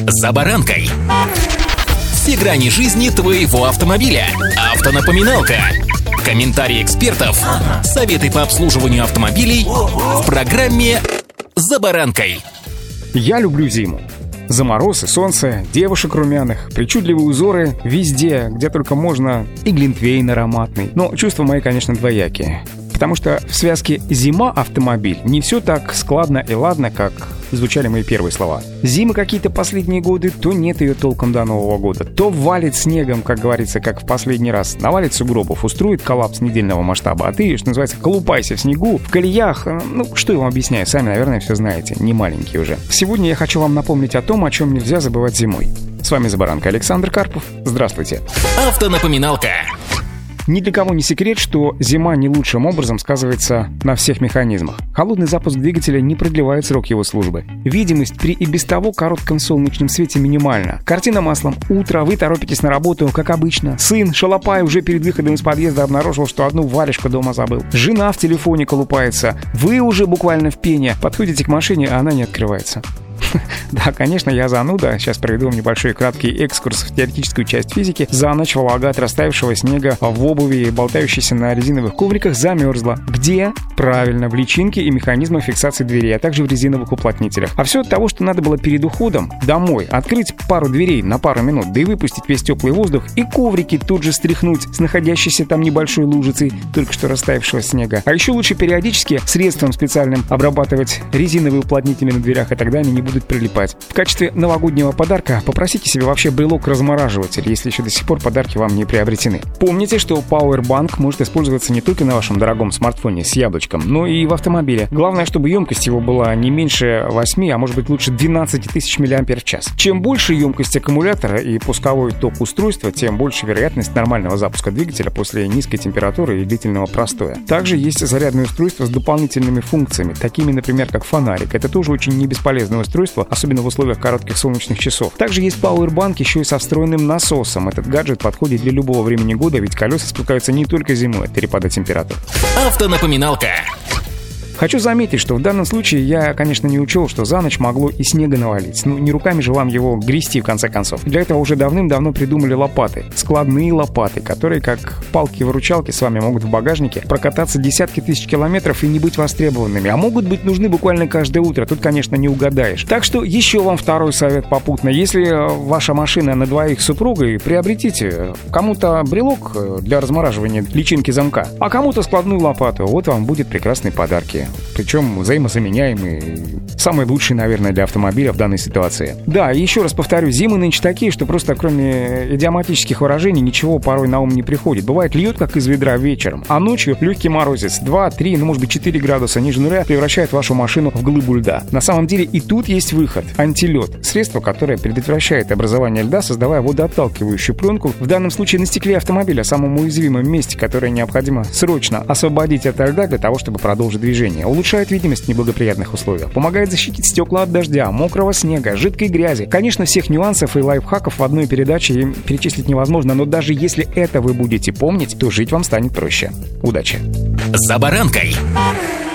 «За баранкой». Все грани жизни твоего автомобиля. Автонапоминалка. Комментарии экспертов. Советы по обслуживанию автомобилей в программе «За баранкой». Я люблю зиму. За мороз и солнце, девушек румяных, причудливые узоры везде, где только можно, и глинтвейн ароматный. Но чувства мои, конечно, двоякие. Потому что в связке «зима-автомобиль» не все так складно и ладно, как звучали мои первые слова. Зимы какие-то последние годы, то нет ее толком до Нового года, то валит снегом, как говорится, как в последний раз, навалит сугробов, устроит коллапс недельного масштаба, а ты, что называется, колупайся в снегу, в колеях. Что я вам объясняю, сами, наверное, все знаете, не маленькие уже. Сегодня я хочу вам напомнить о том, о чем нельзя забывать зимой. С вами «За баранкой» Александр Карпов. Здравствуйте. Автонапоминалка. Ни для кого не секрет, что зима не лучшим образом сказывается на всех механизмах. Холодный запуск двигателя не продлевает срок его службы. Видимость при и без того коротком солнечном свете минимальна. Картина маслом. Утро, вы торопитесь на работу, как обычно. Сын, шалопай, уже перед выходом из подъезда обнаружил, что одну варежку дома забыл. Жена в телефоне колупается. Вы уже буквально в пене. Подходите к машине, а она не открывается. Да, конечно, я зануда. Сейчас проведу вам небольшой краткий экскурс в теоретическую часть физики. За ночь Волга от растаявшего снега в обуви, болтающейся на резиновых ковриках, замерзла. Где? Правильно, в личинке и механизмах фиксации дверей, а также в резиновых уплотнителях. А все от того, что надо было перед уходом домой открыть пару дверей на пару минут, да и выпустить весь теплый воздух, и коврики тут же стряхнуть с находящейся там небольшой лужицей только что растаявшего снега. А еще лучше периодически средством специальным обрабатывать резиновые уплотнители на дверях, и тогда они не будут прилипать. В качестве новогоднего подарка попросите себе вообще брелок-размораживатель, если еще до сих пор подарки вам не приобретены. Помните, что Powerbank может использоваться не только на вашем дорогом смартфоне с яблочком, но и в автомобиле. Главное, чтобы емкость его была не меньше 8, а может быть лучше 12 тысяч мАч. Чем больше емкость аккумулятора и пусковой ток устройства, тем больше вероятность нормального запуска двигателя после низкой температуры и длительного простоя. Также есть зарядное устройство с дополнительными функциями, такими, например, как фонарик. Это тоже очень не бесполезное устройство, особенно в условиях коротких солнечных часов. Также есть Powerbank еще и со встроенным насосом. Этот гаджет подходит для любого времени года, ведь колеса спускаются не только зимой от перепада температур. Автонапоминалка. Хочу заметить, что в данном случае я, конечно, не учел, что за ночь могло и снега навалить. Не руками же вам его грести, в конце концов. Для этого уже давным-давно придумали лопаты. Складные лопаты, которые, как палки-выручалки, с вами могут в багажнике прокататься десятки тысяч километров и не быть востребованными. А могут быть нужны буквально каждое утро. Тут, конечно, не угадаешь. Так что еще вам второй совет попутно. Если ваша машина на двоих с супругой, приобретите кому-то брелок для размораживания личинки замка, а кому-то складную лопату. Вот вам будет прекрасные подарки. Причем взаимозаменяемые. Самые лучшие, наверное, для автомобиля в данной ситуации. Да, и еще раз повторю, зимы нынче такие, что просто кроме идиоматических выражений ничего порой на ум не приходит. Бывает, льет как из ведра вечером, а ночью легкий морозец 2, 3, может быть 4 градуса ниже нуля превращает вашу машину в глыбу льда. На самом деле и тут есть выход. Антилед. Средство, которое предотвращает образование льда, создавая водоотталкивающую пленку, в данном случае на стекле автомобиля, самом уязвимом месте, которое необходимо срочно освободить от льда для того, чтобы продолжить движение. Улучшает видимость в неблагоприятных условиях, помогает защитить стекла от дождя, мокрого снега, жидкой грязи. Конечно, всех нюансов и лайфхаков в одной передаче перечислить невозможно, но даже если это вы будете помнить, то жить вам станет проще. Удачи! «За баранкой».